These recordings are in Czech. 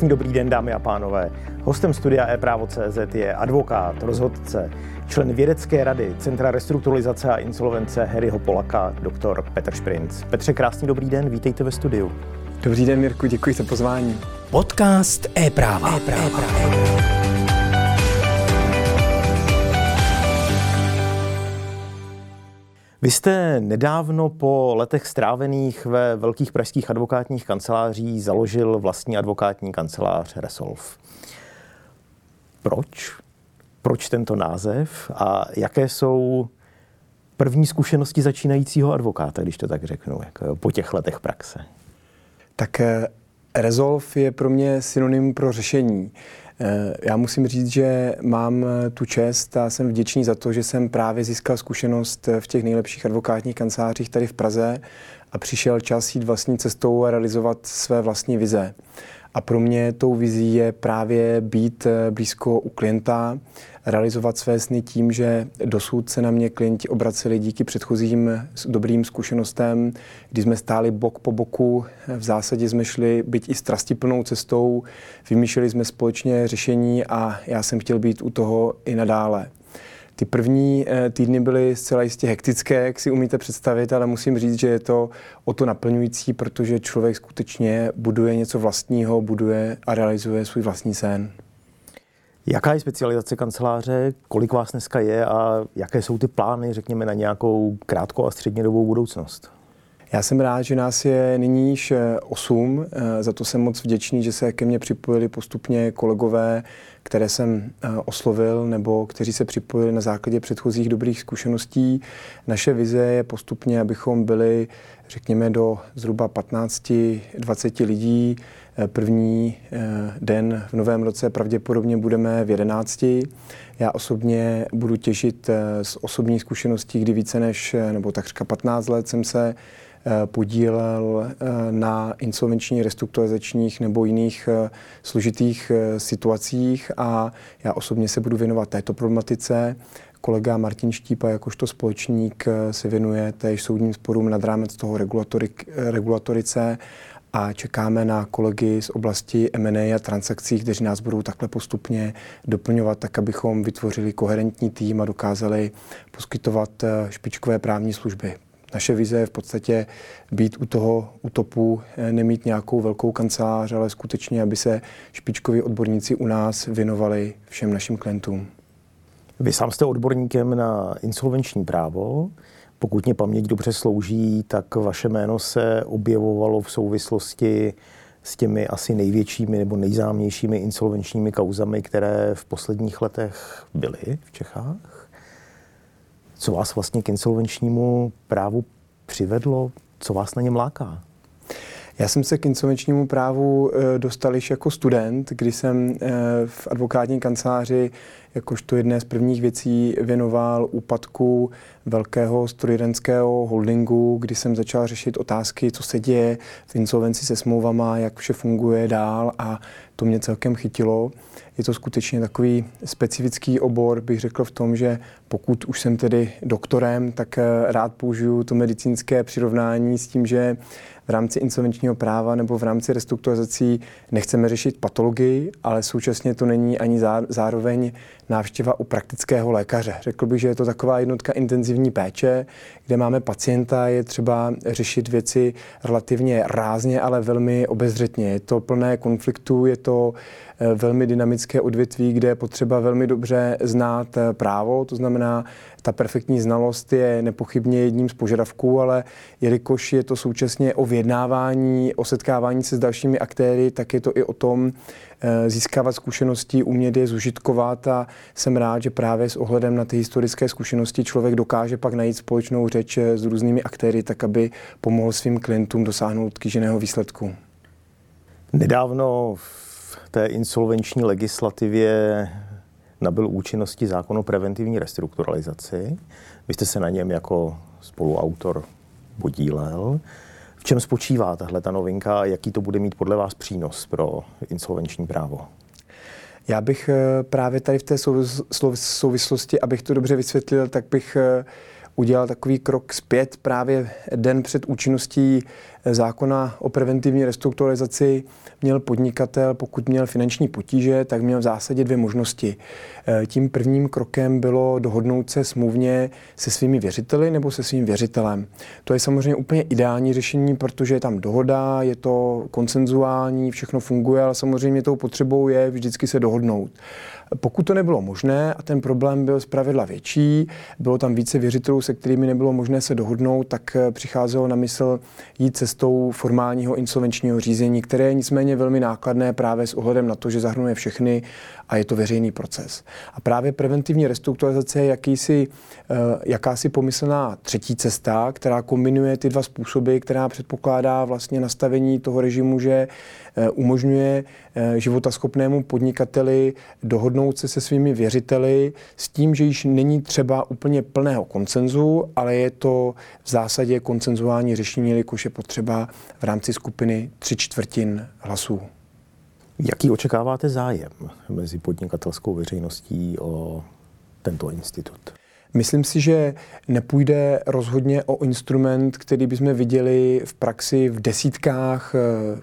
Krásný dobrý den, dámy a pánové. Hostem studia ePrávo.cz je advokát, rozhodce, člen vědecké rady Centra restrukturalizace a insolvence Harryho Pollacka, doktor Petr Šprinc. Petře, krásný dobrý den, vítejte ve studiu. Dobrý den, Mirku, děkuji za pozvání. Podcast ePráva. Vy jste nedávno po letech strávených ve velkých pražských advokátních kancelářích založil vlastní advokátní kancelář Resolve. Proč? Proč tento název a jaké jsou první zkušenosti začínajícího advokáta, když to tak řeknu, jako po těch letech praxe? Tak Resolve je pro mě synonym pro řešení. Já musím říct, že mám tu čest a jsem vděčný za to, že jsem právě získal zkušenost v těch nejlepších advokátních kancelářích tady v Praze a přišel čas jít vlastní cestou a realizovat své vlastní vize. A pro mě tou vizí je právě být blízko u klienta, realizovat své sny tím, že dosud se na mě klienti obraceli díky předchozím dobrým zkušenostem, kdy jsme stáli bok po boku, v zásadě jsme šli byť i strastiplnou cestou, vymýšleli jsme společně řešení a já jsem chtěl být u toho i nadále. Ty první týdny byly zcela jistě hektické, jak si umíte představit, ale musím říct, že je to o to naplňující, protože člověk skutečně buduje něco vlastního, buduje a realizuje svůj vlastní sen. Jaká je specializace kanceláře, kolik vás dneska je a jaké jsou ty plány, řekněme, na nějakou krátkou a střednědobou budoucnost? Já jsem rád, že nás je nyní již 8, za to jsem moc vděčný, že se ke mně připojili postupně kolegové, které jsem oslovil nebo kteří se připojili na základě předchozích dobrých zkušeností. Naše vize je postupně, abychom byli, řekněme, do zhruba 15-20 lidí. První den v novém roce pravděpodobně budeme v 11. Já osobně budu těžit z osobních zkušeností, kdy více než, nebo takřka 15 let jsem se podílel na insolvenčních, restrukturalizačních nebo jiných složitých situacích a já osobně se budu věnovat této problematice. Kolega Martin Štípa jakožto společník se věnuje též soudním sporům nad rámec toho regulatorice a čekáme na kolegy z oblasti M&A a transakcí, kteří nás budou takhle postupně doplňovat, tak abychom vytvořili koherentní tým a dokázali poskytovat špičkové právní služby. Naše vize je v podstatě být u toho topu, nemít nějakou velkou kancelář, ale skutečně, aby se špičkoví odborníci u nás věnovali všem našim klientům. Vy sám jste odborníkem na insolvenční právo. Pokud mě paměť dobře slouží, tak vaše jméno se objevovalo v souvislosti s těmi asi největšími nebo nejznámějšími insolvenčními kauzami, které v posledních letech byly v Čechách. Co vás vlastně k insolvenčnímu právu přivedlo? Co vás na něm láká? Já jsem se k insolvenčnímu právu dostal již jako student, kdy jsem v advokátní kanceláři jakožto jedné z prvních věcí věnoval úpadku velkého strojírenského holdingu, kdy jsem začal řešit otázky, co se děje v insolvenci se smlouvama, jak vše funguje dál a to mě celkem chytilo. Je to skutečně takový specifický obor, bych řekl v tom, že pokud už jsem tedy doktorem, tak rád použiju to medicínské přirovnání s tím, že v rámci insolvenčního práva nebo v rámci restrukturalizací nechceme řešit patologii, ale současně to není ani zároveň návštěva u praktického lékaře. Řekl bych, že je to taková jednotka intenzivní péče, kde máme pacienta, je třeba řešit věci relativně rázně, ale velmi obezřetně. Je to plné konfliktů, je to velmi dynamické odvětví, kde je potřeba velmi dobře znát právo, to znamená, ta perfektní znalost je nepochybně jedním z požadavků, ale jelikož je to současně o vyjednávání, o setkávání se s dalšími aktéry, tak je to i o tom získávat zkušenosti, umět je zužitkovat a jsem rád, že právě s ohledem na ty historické zkušenosti člověk dokáže pak najít společnou řeč s různými aktéry, tak aby pomohl svým klientům dosáhnout kýženého výsledku. Nedávno v té insolvenční legislativě nabyl účinnosti zákon o preventivní restrukturalizaci. Vy jste se na něm jako spoluautor podílel. V čem spočívá tahle ta novinka a jaký to bude mít podle vás přínos pro insolvenční právo? Já bych právě tady v té souvislosti, abych to dobře vysvětlil, tak bych udělal takový krok zpět právě den před účinností zákona o preventivní restrukturalizaci. Měl podnikatel, pokud měl finanční potíže, tak měl v zásadě dvě možnosti. Tím prvním krokem bylo dohodnout se smluvně se svými věřiteli nebo se svým věřitelem. To je samozřejmě úplně ideální řešení, protože je tam dohoda, je to konsenzuální, všechno funguje, ale samozřejmě tou potřebou je vždycky se dohodnout. Pokud to nebylo možné a ten problém byl zpravidla větší, bylo tam více věřitelů, se kterými nebylo možné se dohodnout, tak přicházelo na mysl jít cestou formálního insolvenčního řízení, které je nicméně velmi nákladné právě s ohledem na to, že zahrnuje všechny a je to veřejný proces. A právě preventivní restrukturalizace je jakási pomyslná třetí cesta, která kombinuje ty dva způsoby, která předpokládá vlastně nastavení toho režimu, že umožňuje životaschopnému podnikateli dohodnout se svými věřiteli s tím, že již není třeba úplně plného konsenzu, ale je to v zásadě konsenzuální řešení, jelikož je potřeba v rámci skupiny 3/4 hlasů. Jaký očekáváte zájem mezi podnikatelskou veřejností o tento institut? Myslím si, že nepůjde rozhodně o instrument, který bychom viděli v praxi v desítkách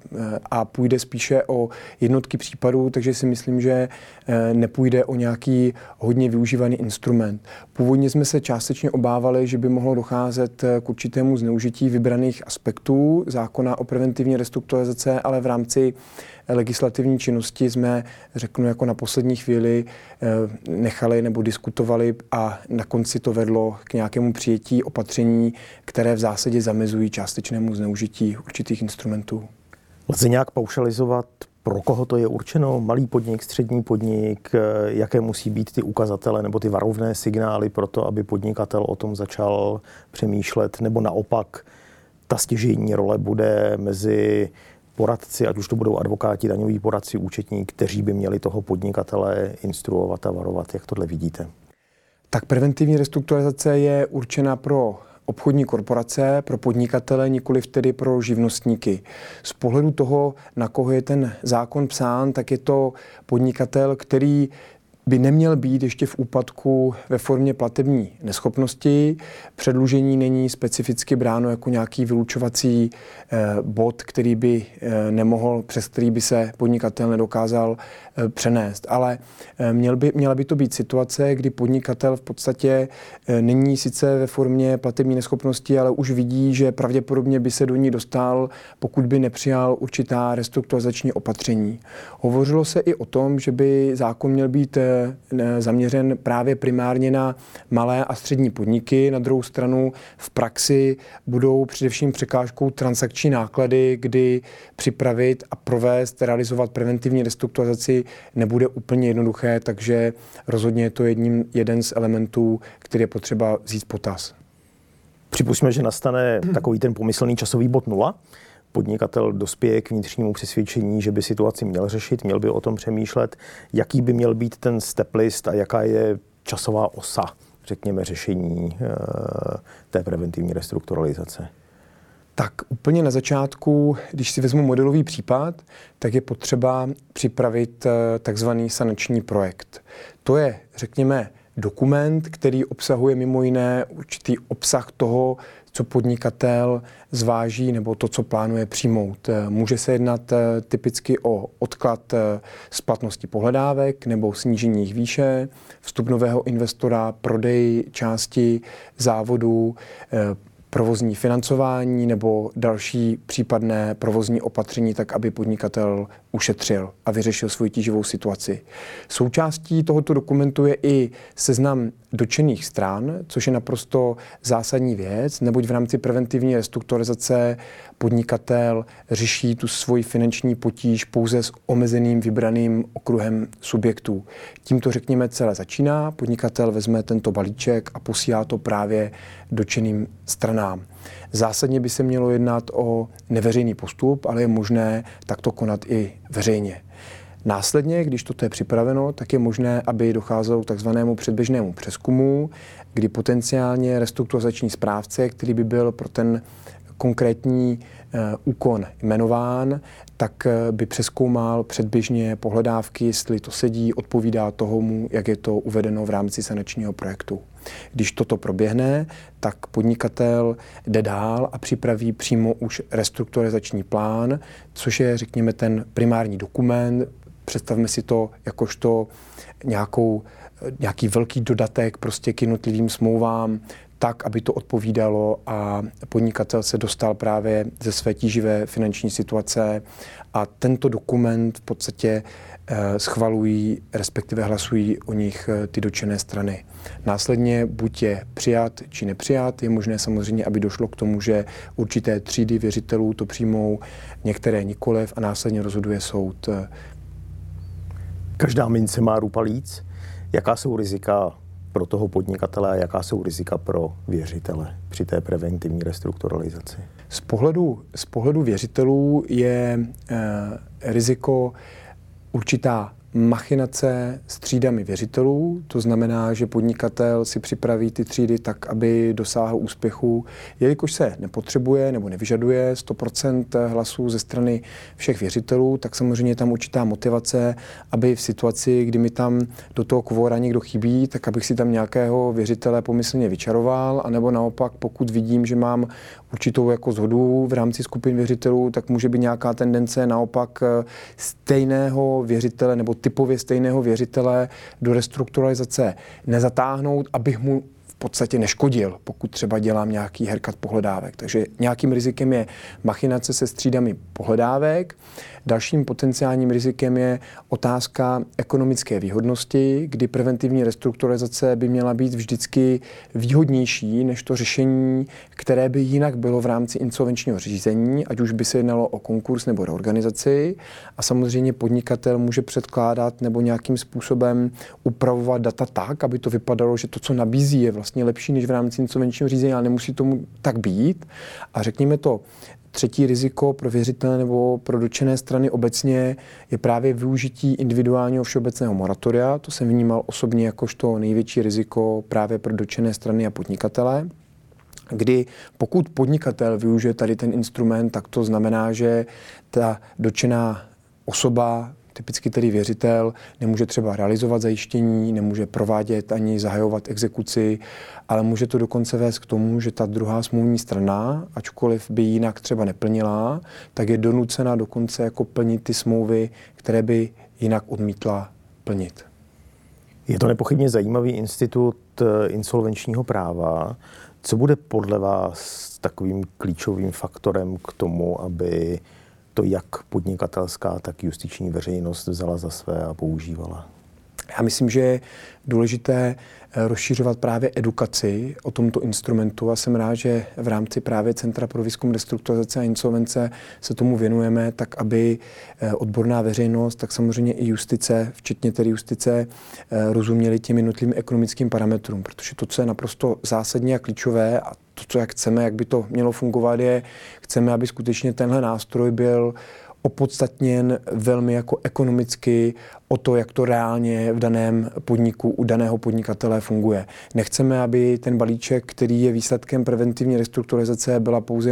a půjde spíše o jednotky případů, takže si myslím, že nepůjde o nějaký hodně využívaný instrument. Původně jsme se částečně obávali, že by mohlo docházet k určitému zneužití vybraných aspektů zákona o preventivní restrukturalizaci, ale v rámci legislativní činnosti jsme, řeknu jako na poslední chvíli, nechali nebo diskutovali a na konci to vedlo k nějakému přijetí opatření, které v zásadě zamezují částečnému zneužití určitých instrumentů. Lze nějak paušalizovat, pro koho to je určeno? Malý podnik, střední podnik, jaké musí být ty ukazatele nebo ty varovné signály pro to, aby podnikatel o tom začal přemýšlet, nebo naopak ta stěžejní role bude mezi poradci, ať už to budou advokáti, daňoví poradci, účetní, kteří by měli toho podnikatele instruovat a varovat. Jak tohle vidíte? Tak preventivní restrukturalizace je určena pro obchodní korporace, pro podnikatele, nikoliv tedy pro živnostníky. Z pohledu toho, na koho je ten zákon psán, tak je to podnikatel, který by neměl být ještě v úpadku ve formě platební neschopnosti. Předlužení není specificky bráno jako nějaký vylučovací bod, který by nemohl, přes který by se podnikatel nedokázal přenést. Ale měla by to být situace, kdy podnikatel v podstatě není sice ve formě platební neschopnosti, ale už vidí, že pravděpodobně by se do ní dostal, pokud by nepřijal určitá restrukturalizační opatření. Hovořilo se i o tom, že by zákon měl být zaměřen právě primárně na malé a střední podniky. Na druhou stranu v praxi budou především překážkou transakční náklady, kdy připravit a provést, realizovat preventivní restrukturalizaci nebude úplně jednoduché, takže rozhodně je to jeden z elementů, který je potřeba vzít v potaz. Připustíme, že nastane takový ten pomyslný časový bod 0. Podnikatel dospěje k vnitřnímu přesvědčení, že by situaci měl řešit, měl by o tom přemýšlet, jaký by měl být ten step list a jaká je časová osa, řekněme, řešení té preventivní restrukturalizace. Tak úplně na začátku, když si vezmu modelový případ, tak je potřeba připravit takzvaný sanační projekt. To je, řekněme, dokument, který obsahuje mimo jiné určitý obsah toho, co podnikatel zváží nebo to, co plánuje přijmout. Může se jednat typicky o odklad splatnosti pohledávek nebo snížení jejich výše, vstup nového investora, prodej části závodu, provozní financování nebo další případné provozní opatření, tak aby podnikatel ušetřil a vyřešil svou tíživou situaci. Součástí tohoto dokumentu je i seznam dotčených stran, což je naprosto zásadní věc, neboť v rámci preventivní restrukturalizace podnikatel řeší tu svoji finanční potíž pouze s omezeným vybraným okruhem subjektů. Tímto, řekněme, celé začíná. Podnikatel vezme tento balíček a posílá to právě dotčeným stranám. Zásadně by se mělo jednat o neveřejný postup, ale je možné takto konat i veřejně. Následně, když toto je připraveno, tak je možné, aby docházelo k takzvanému předběžnému přezkumu, kdy potenciálně restrukturalizační správce, který by byl pro ten konkrétní úkon jmenován, tak by přezkoumal předběžně pohledávky, jestli to sedí, odpovídá tomu, jak je to uvedeno v rámci sanačního projektu. Když toto proběhne, tak podnikatel jde dál a připraví přímo už restrukturalizační plán, což je, řekněme, ten primární dokument. Představme si to jakožto nějaký velký dodatek prostě k jednotlivým smlouvám, tak, aby to odpovídalo a podnikatel se dostal právě ze své tíživé finanční situace a tento dokument v podstatě schvalují, respektive hlasují o nich ty dotčené strany. Následně buď je přijat či nepřijat, je možné samozřejmě, aby došlo k tomu, že určité třídy věřitelů to přijmou, některé nikoliv a následně rozhoduje soud. Každá mince má rupalíc. Jaká jsou rizika pro toho podnikatele a jaká jsou rizika pro věřitele při té preventivní restrukturalizaci? Z pohledu věřitelů je riziko určitá machinace s třídami věřitelů, to znamená, že podnikatel si připraví ty třídy tak, aby dosáhl úspěchu, jelikož se nepotřebuje nebo nevyžaduje 100% hlasů ze strany všech věřitelů, tak samozřejmě je tam určitá motivace, aby v situaci, kdy mi tam do toho kvora někdo chybí, tak abych si tam nějakého věřitele pomyslně vyčaroval, anebo naopak, pokud vidím, že mám určitou jako shodu v rámci skupin věřitelů, tak může být nějaká tendence naopak stejného věřitele nebo typově stejného věřitele do restrukturalizace nezatáhnout, abych mu v podstatě neškodil, pokud třeba dělám nějaký haircut pohledávek. Takže nějakým rizikem je machinace se střídami pohledávek. Dalším potenciálním rizikem je otázka ekonomické výhodnosti, kdy preventivní restrukturalizace by měla být vždycky výhodnější než to řešení, které by jinak bylo v rámci insolvenčního řízení, ať už by se jednalo o konkurs nebo reorganizaci. A samozřejmě podnikatel může předkládat nebo nějakým způsobem upravovat data tak, aby to vypadalo, že to, co nabízí, je vlastně lepší než v rámci insolvenčního řízení, ale nemusí tomu tak být. A řekněme to, třetí riziko pro věřitele nebo pro dotčené strany obecně je právě využití individuálního všeobecného moratoria. To jsem vnímal osobně jakožto největší riziko právě pro dotčené strany a podnikatele, kdy pokud podnikatel využije tady ten instrument, tak to znamená, že ta dotčená osoba, typicky tedy věřitel, nemůže třeba realizovat zajištění, nemůže provádět ani zahajovat exekuci, ale může to dokonce vést k tomu, že ta druhá smluvní strana, ačkoliv by jinak třeba neplnila, tak je donucena dokonce jako plnit ty smlouvy, které by jinak odmítla plnit. Je to nepochybně zajímavý institut insolvenčního práva. Co bude podle vás takovým klíčovým faktorem k tomu, aby to jak podnikatelská, tak justiční veřejnost vzala za své a používala? Já myslím, že je důležité rozšiřovat právě edukaci o tomto instrumentu a jsem rád, že v rámci právě Centra pro výzkum restrukturalizace a insolvence se tomu věnujeme, tak aby odborná veřejnost, tak samozřejmě i justice, včetně tedy justice, rozuměli těm jednotlivým ekonomickým parametrům, protože to, co je naprosto zásadní a klíčové a to, co jak chceme, jak by to mělo fungovat, je, chceme, aby skutečně tenhle nástroj byl opodstatněn velmi jako ekonomicky o to, jak to reálně v daném podniku u daného podnikatele funguje. Nechceme, aby ten balíček, který je výsledkem preventivní restrukturalizace, byla pouze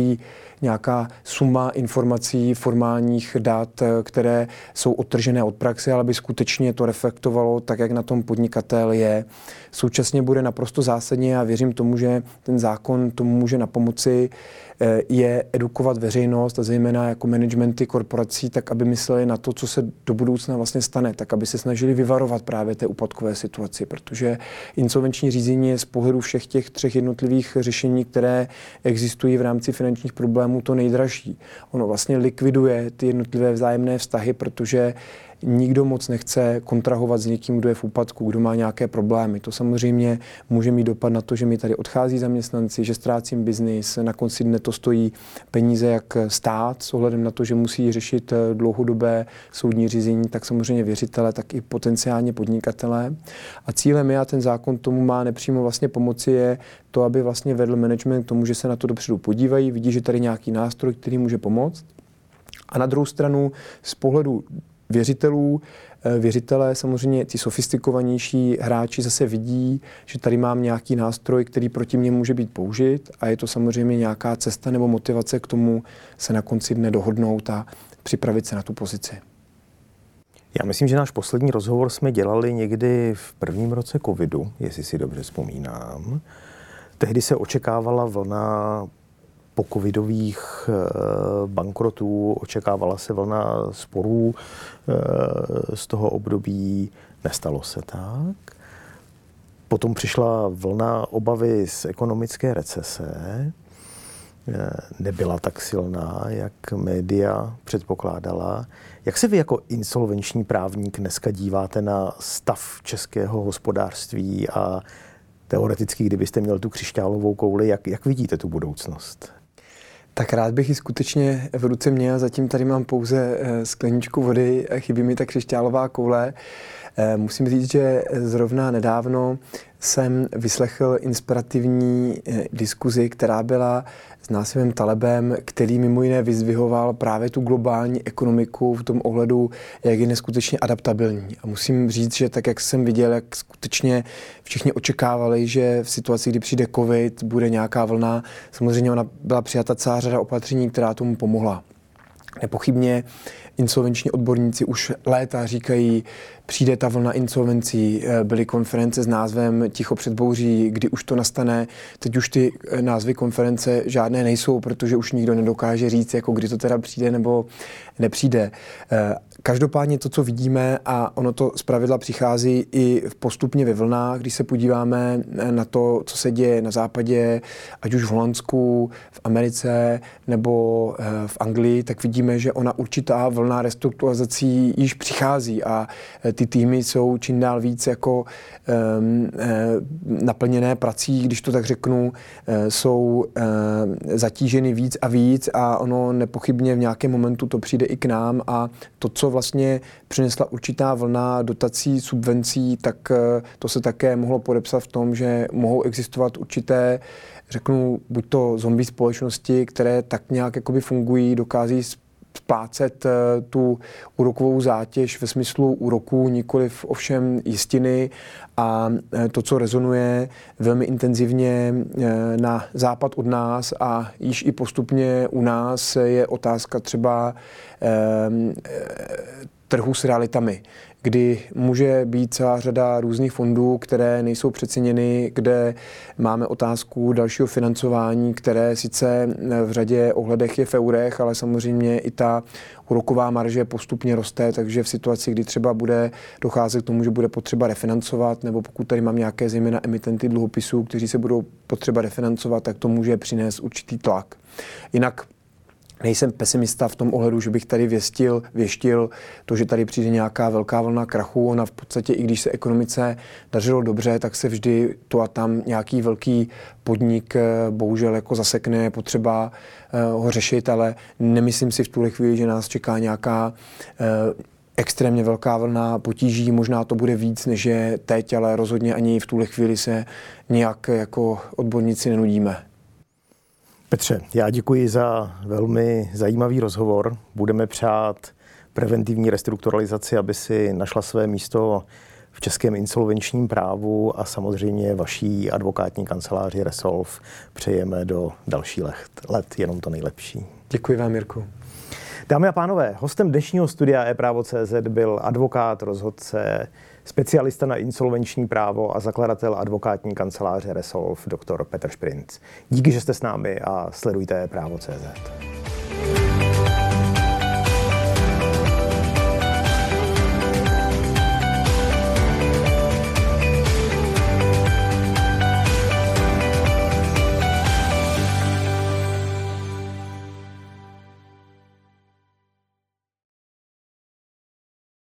nějaká suma informací, formálních dat, které jsou odtržené od praxe, ale aby skutečně to reflektovalo tak, jak na tom podnikatel je. Současně bude naprosto zásadně a věřím tomu, že ten zákon tomu může napomoci, je edukovat veřejnost a zejména jako managementy korporací, tak aby mysleli na to, co se do budoucna vlastně stane, tak aby se snažili vyvarovat právě té úpadkové situaci, protože insolvenční řízení je z pohledu všech těch třech jednotlivých řešení, které existují v rámci finančních problémů, to nejdražší. Ono vlastně likviduje ty jednotlivé vzájemné vztahy, protože nikdo moc nechce kontrahovat s někým, kdo je v úpadku, kdo má nějaké problémy. To samozřejmě může mít dopad na to, že mi tady odchází zaměstnanci, že ztrácím biznis, na konci dne to stojí peníze jak stát, s ohledem na to, že musí řešit dlouhodobé soudní řízení, tak samozřejmě věřitele, tak i potenciálně podnikatele. A cílem je, a ten zákon tomu má nepřímo vlastně pomoci, je to, aby vlastně vedl management k tomu, že se na to dopředu podívají, vidí, že tady nějaký nástroj, který může pomoct. A na druhou stranu z pohledu věřitelé, samozřejmě ti sofistikovanější hráči zase vidí, že tady mám nějaký nástroj, který proti mně může být použit a je to samozřejmě nějaká cesta nebo motivace k tomu se na konci dne dohodnout a připravit se na tu pozici. Já myslím, že náš poslední rozhovor jsme dělali někdy v prvním roce covidu, jestli si dobře vzpomínám. Tehdy se očekávala vlna pocovidových bankrotů, očekávala se vlna sporů z toho období, nestalo se tak. Potom přišla vlna obavy z ekonomické recese, nebyla tak silná, jak média předpokládala. Jak se vy jako insolvenční právník dneska díváte na stav českého hospodářství a teoreticky, kdybyste měl tu křišťálovou kouli, jak vidíte tu budoucnost? Tak rád bych ji skutečně v ruce měl, zatím tady mám pouze skleničku vody, chybí mi ta křišťálová koule. Musím říct, že zrovna nedávno jsem vyslechl inspirativní diskuzi, která byla s Násimem Talebem, který mimo jiné vyzdvihoval právě tu globální ekonomiku v tom ohledu, jak je neskutečně adaptabilní. A musím říct, že tak, jak jsem viděl, jak skutečně všichni očekávali, že v situaci, kdy přijde covid, bude nějaká vlna, samozřejmě ona byla přijata celá řada opatření, která tomu pomohla. Nepochybně insolvenční odborníci už léta říkají, přijde ta vlna insolvencí, byly konference s názvem Ticho před bouří, kdy už to nastane. Teď už ty názvy konference žádné nejsou, protože už nikdo nedokáže říct, jako kdy to teda přijde nebo nepřijde. Každopádně to, co vidíme, a ono to zpravidla přichází i postupně ve vlnách, když se podíváme na to, co se děje na západě, ať už v Holandsku, v Americe nebo v Anglii, tak vidíme, že ona určitá vlna restrukturalizací již přichází a ty týmy jsou čím dál víc jako naplněné prací, když to tak řeknu, jsou zatíženy víc a víc a ono nepochybně v nějakém momentu to přijde i k nám a to, co vlastně přinesla určitá vlna dotací, subvencí, tak to se také mohlo podepsat v tom, že mohou existovat určité, řeknu, buď to zombie společnosti, které tak nějak jakoby fungují, dokází splácet tu úrokovou zátěž ve smyslu úroků, nikoliv ovšem jistiny a to, co rezonuje velmi intenzivně na západ od nás a již i postupně u nás je otázka třeba trhu s realitami, kdy může být celá řada různých fondů, které nejsou přeceněny, kde máme otázku dalšího financování, které sice v řadě ohledech je v eurech, ale samozřejmě i ta úroková marže postupně roste, takže v situaci, kdy třeba bude docházet k tomu, že bude potřeba refinancovat, nebo pokud tady mám nějaké zejména emitenty dluhopisů, kteří se budou potřeba refinancovat, tak to může přinést určitý tlak. Jinak nejsem pesimista v tom ohledu, že bych tady věštil to, že tady přijde nějaká velká vlna krachu. Ona v podstatě, i když se ekonomice dařilo dobře, tak se vždy tu a tam nějaký velký podnik bohužel jako zasekne, je potřeba ho řešit, ale nemyslím si v tuhle chvíli, že nás čeká nějaká extrémně velká vlna potíží, možná to bude víc, než je teď, ale rozhodně ani v tuhle chvíli se nějak jako odborníci nenudíme. Petře, já děkuji za velmi zajímavý rozhovor. Budeme přát preventivní restrukturalizaci, aby si našla své místo v českém insolvenčním právu a samozřejmě vaší advokátní kanceláři Resolve přejeme do dalších let jenom to nejlepší. Děkuji vám, Jirko. Dámy a pánové, hostem dnešního studia ePrávo.cz byl advokát, rozhodce, specialista na insolvenční právo a zakladatel advokátní kanceláře Resolve, doktor Petr Šprinc. Díky, že jste s námi a sledujte ePrávo.cz.